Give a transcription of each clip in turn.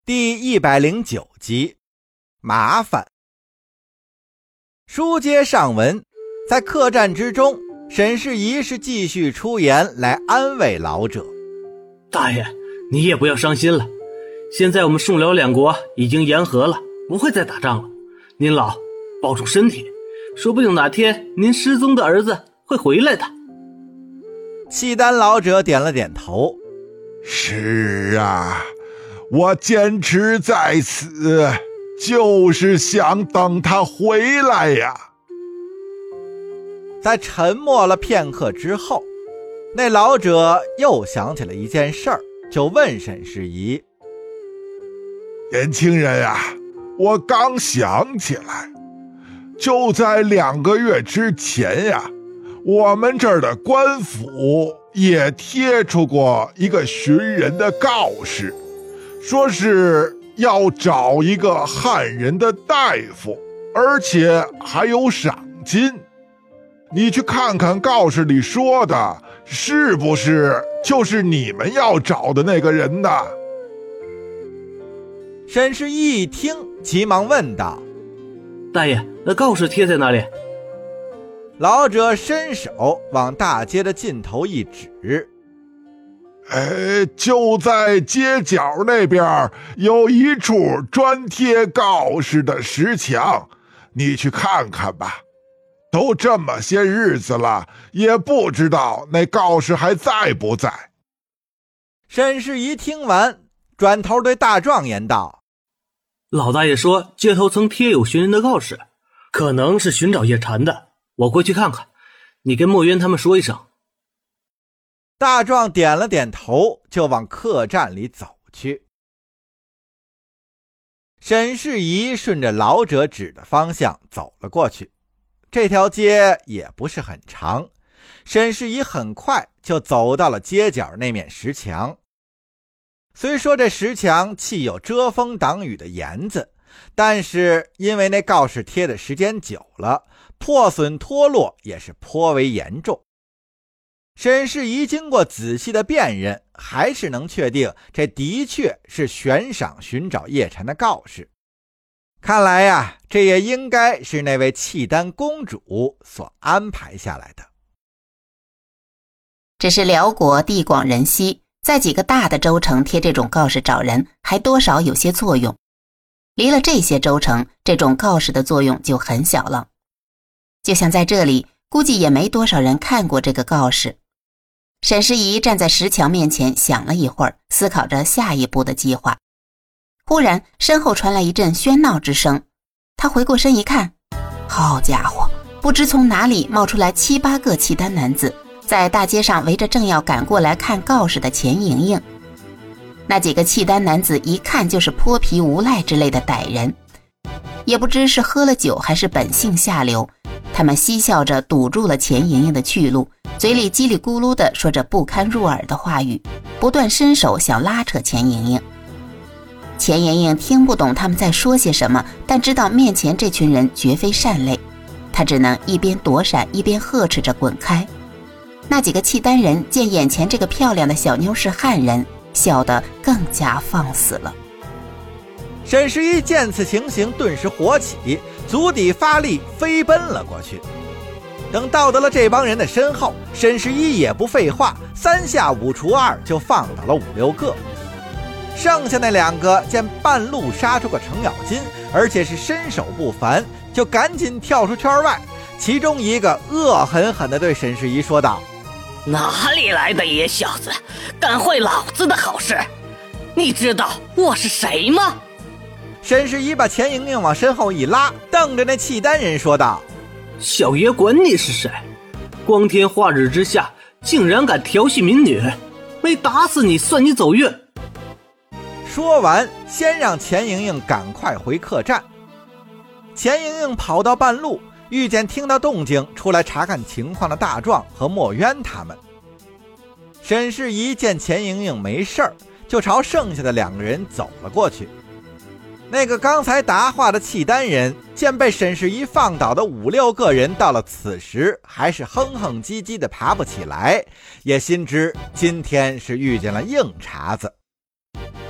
第109集，麻烦。书接上文，在客栈之中，沈世宜是继续出言来安慰老者。 大爷，你也不要伤心了，现在我们宋辽两国已经言和了，不会再打仗了。您老保重身体，说不定哪天您失踪的儿子会回来的。 契丹老者点了点头。 是啊，我坚持在此，就是想等他回来呀。 在沉默了片刻之后，那老者又想起了一件事儿，就问沈世宜： 年轻人啊，我刚想起来，就在2个月之前呀，我们这儿的官府也贴出过一个寻人的告示，说是要找一个汉人的大夫，而且还有赏金。你去看看告示里说的是不是就是你们要找的那个人呢？ 沈世宜一听，急忙问道： 大爷，那告示贴在哪里？ 老者伸手往大街的尽头一指： 就在街角那边有一处专贴告示的石墙，你去看看吧。都这么些日子了，也不知道那告示还在不在。 沈世宜听完，转头对大壮言道： 老大爷说街头曾贴有寻人的告示，可能是寻找叶禅的，我过去看看，你跟墨渊他们说一声。 大壮点了点头，就往客栈里走去。沈世宜顺着老者指的方向走了过去。这条街也不是很长，沈世宜很快就走到了街角那面石墙。虽说这石墙砌有遮风挡雨的檐子，但是因为那告示贴的时间久了，破损脱落也是颇为严重。沈世宜经过仔细的辨认，还是能确定这的确是悬赏寻找叶禅的告示。看来呀，这也应该是那位契丹公主所安排下来的。 只是辽国地广人稀，在几个大的州城贴这种告示找人，还多少有些作用。离了这些州城，这种告示的作用就很小了。就像在这里，估计也没多少人看过这个告示。沈世宜站在石墙面前想了一会儿，思考着下一步的计划。忽然身后传来一阵喧闹之声，他回过身一看，好家伙，不知从哪里冒出来7、8个契丹男子，在大街上围着正要赶过来看告示的钱莹莹。那几个契丹男子一看就是泼皮无赖之类的歹人，也不知是喝了酒还是本性下流，他们嬉笑着堵住了钱莹莹的去路，嘴里叽里咕噜地说着不堪入耳的话语，不断伸手想拉扯钱莹莹。钱莹莹听不懂他们在说些什么，但知道面前这群人绝非善类，她只能一边躲闪一边呵斥着滚开。那几个契丹人见眼前这个漂亮的小妞是汉人，笑得更加放肆了。 沈世宜见此情形，顿时火起，足底发力飞奔了过去。等到得了这帮人的身后，沈世宜也不废话，3下5除2就放倒了5、6个。剩下那2个见半路杀出个程咬金，而且是身手不凡，就赶紧跳出圈外。其中一个恶狠狠地对沈世宜说道： 哪里来的野小子，敢坏老子的好事？你知道我是谁吗？ 沈世宜把钱莹莹往身后一拉，瞪着那契丹人说道： 小爷管你是谁，光天化日之下竟然敢调戏民女，没打死你算你走运。 说完，先让钱莹莹赶快回客栈。钱莹莹跑到半路，遇见听到动静出来查看情况的大壮和墨渊他们。沈世宜见钱莹莹没事儿，就朝剩下的2个人走了过去。那个刚才答话的契丹人见被沈世宜放倒的5、6个人到了此时还是哼哼唧唧的爬不起来，也心知今天是遇见了硬茬子。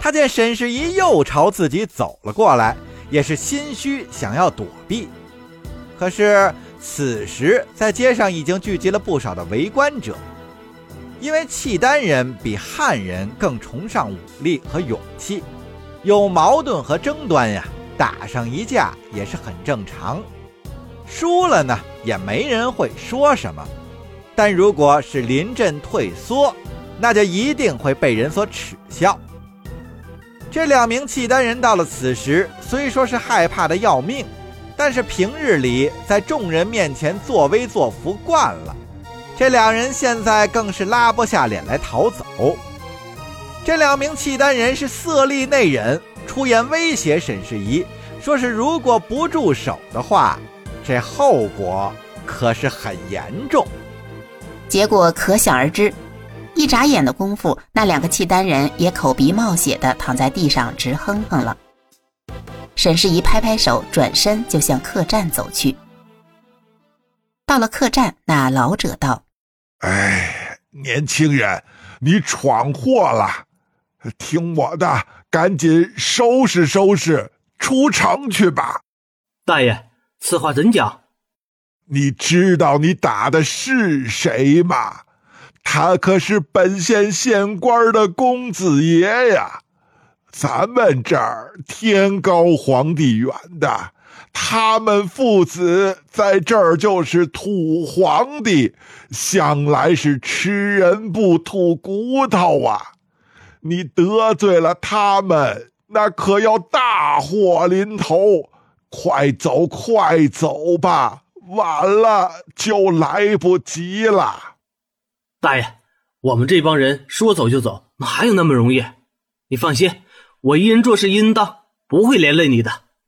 他见沈世宜又朝自己走了过来，也是心虚，想要躲避。可是此时在街上已经聚集了不少的围观者，因为契丹人比汉人更崇尚武力和勇气，有矛盾和争端呀，打上一架也是很正常。输了呢，也没人会说什么，但如果是临阵退缩，那就一定会被人所耻笑。这2名契丹人到了此时，虽说是害怕的要命，但是平日里在众人面前作威作福惯了，这2人现在更是拉不下脸来逃走。这2名契丹人是色厉内荏，出言威胁沈世宜，说是如果不住手的话，这后果可是很严重。 结果可想而知，一眨眼的功夫，那2个契丹人也口鼻冒血的躺在地上直哼哼了。沈世宜拍拍手，转身就向客栈走去。到了客栈，那老者道： 哎，年轻人，你闯祸了，听我的，赶紧收拾收拾，出城去吧。 大爷，此话怎讲？ 你知道你打的是谁吗？他可是本县县官的公子爷呀，咱们这儿天高皇帝远的，他们父子在这儿就是土皇帝，向来是吃人不吐骨头啊！你得罪了他们，那可要大祸临头！快走快走吧，晚了就来不及了。 大爷，我们这帮人说走就走，哪有那么容易？你放心，我一人做事应当，不会连累你的。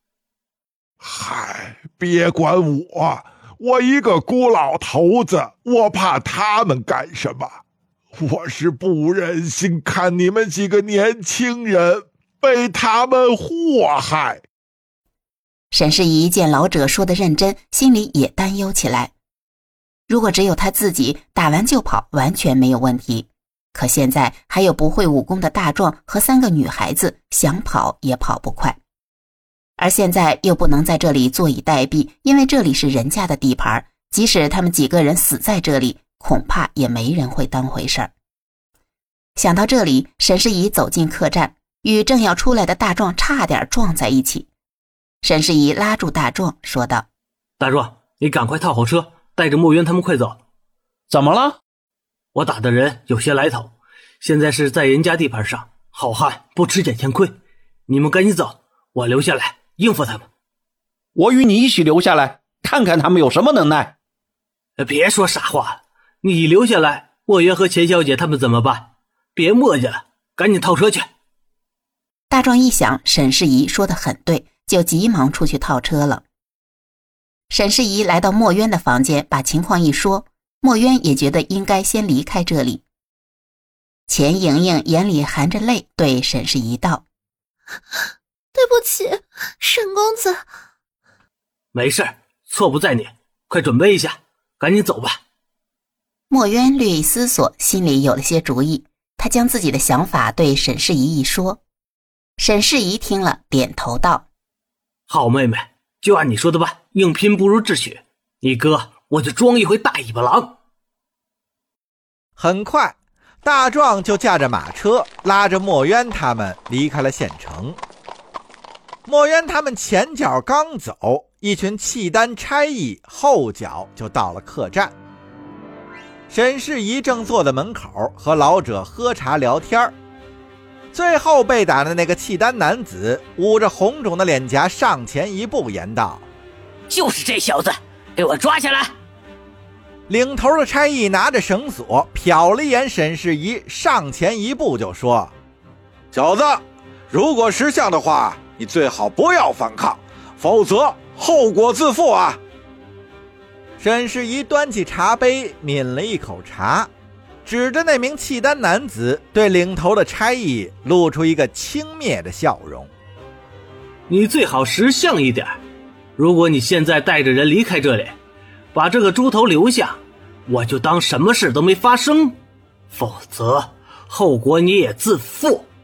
嗨，别管我一个孤老头子，我怕他们干什么？我是不忍心看你们几个年轻人被他们祸害。 沈世宜见老者说得认真，心里也担忧起来。如果只有他自己打完就跑，完全没有问题。可现在还有不会武功的大壮和3个女孩子，想跑也跑不快。而现在又不能在这里坐以待毙，因为这里是人家的地盘，即使他们几个人死在这里，恐怕也没人会当回事儿。想到这里，沈世宜走进客栈，与正要出来的大壮差点撞在一起。沈世宜拉住大壮说道： 大壮，你赶快套好车，带着墨渊他们快走。 怎么了？ 我打的人有些来头，现在是在人家地盘上，好汉不吃眼前亏，你们赶紧走，我留下来应付他们。 我与你一起留下来，看看他们有什么能耐。 别说傻话了，你留下来，墨渊和钱小姐他们怎么办？别磨叽了，赶紧套车去。 大壮一想沈世宜说得很对，就急忙出去套车了。沈世宜来到墨渊的房间，把情况一说，墨渊也觉得应该先离开这里。钱莹莹眼里含着泪，对沈世宜道： 对不起，沈公子。 没事，错不在你，快准备一下，赶紧走吧。 墨渊略一思索，心里有了些主意，他将自己的想法对沈世宜一说。沈世宜听了，点头道： 好妹妹，就按你说的办，硬拼不如智取，你哥我就装一回大尾巴狼。 很快大壮就驾着马车拉着墨渊他们离开了县城。墨渊他们前脚刚走，一群契丹差役后脚就到了客栈。沈世宜正坐在门口和老者喝茶聊天，最后被打的那个契丹男子捂着红肿的脸颊上前一步言道： 就是这小子，给我抓起来。 领头的差役拿着绳索瞟了一眼沈世宜，上前一步就说：小子，如果识相的话，你最好不要反抗，否则后果自负啊。沈世宜端起茶杯抿了一口茶，指着那名契丹男子，对领头的差役露出一个轻蔑的笑容： 你最好识相一点，如果你现在带着人离开这里，把这个猪头留下，我就当什么事都没发生，否则后果你也自负。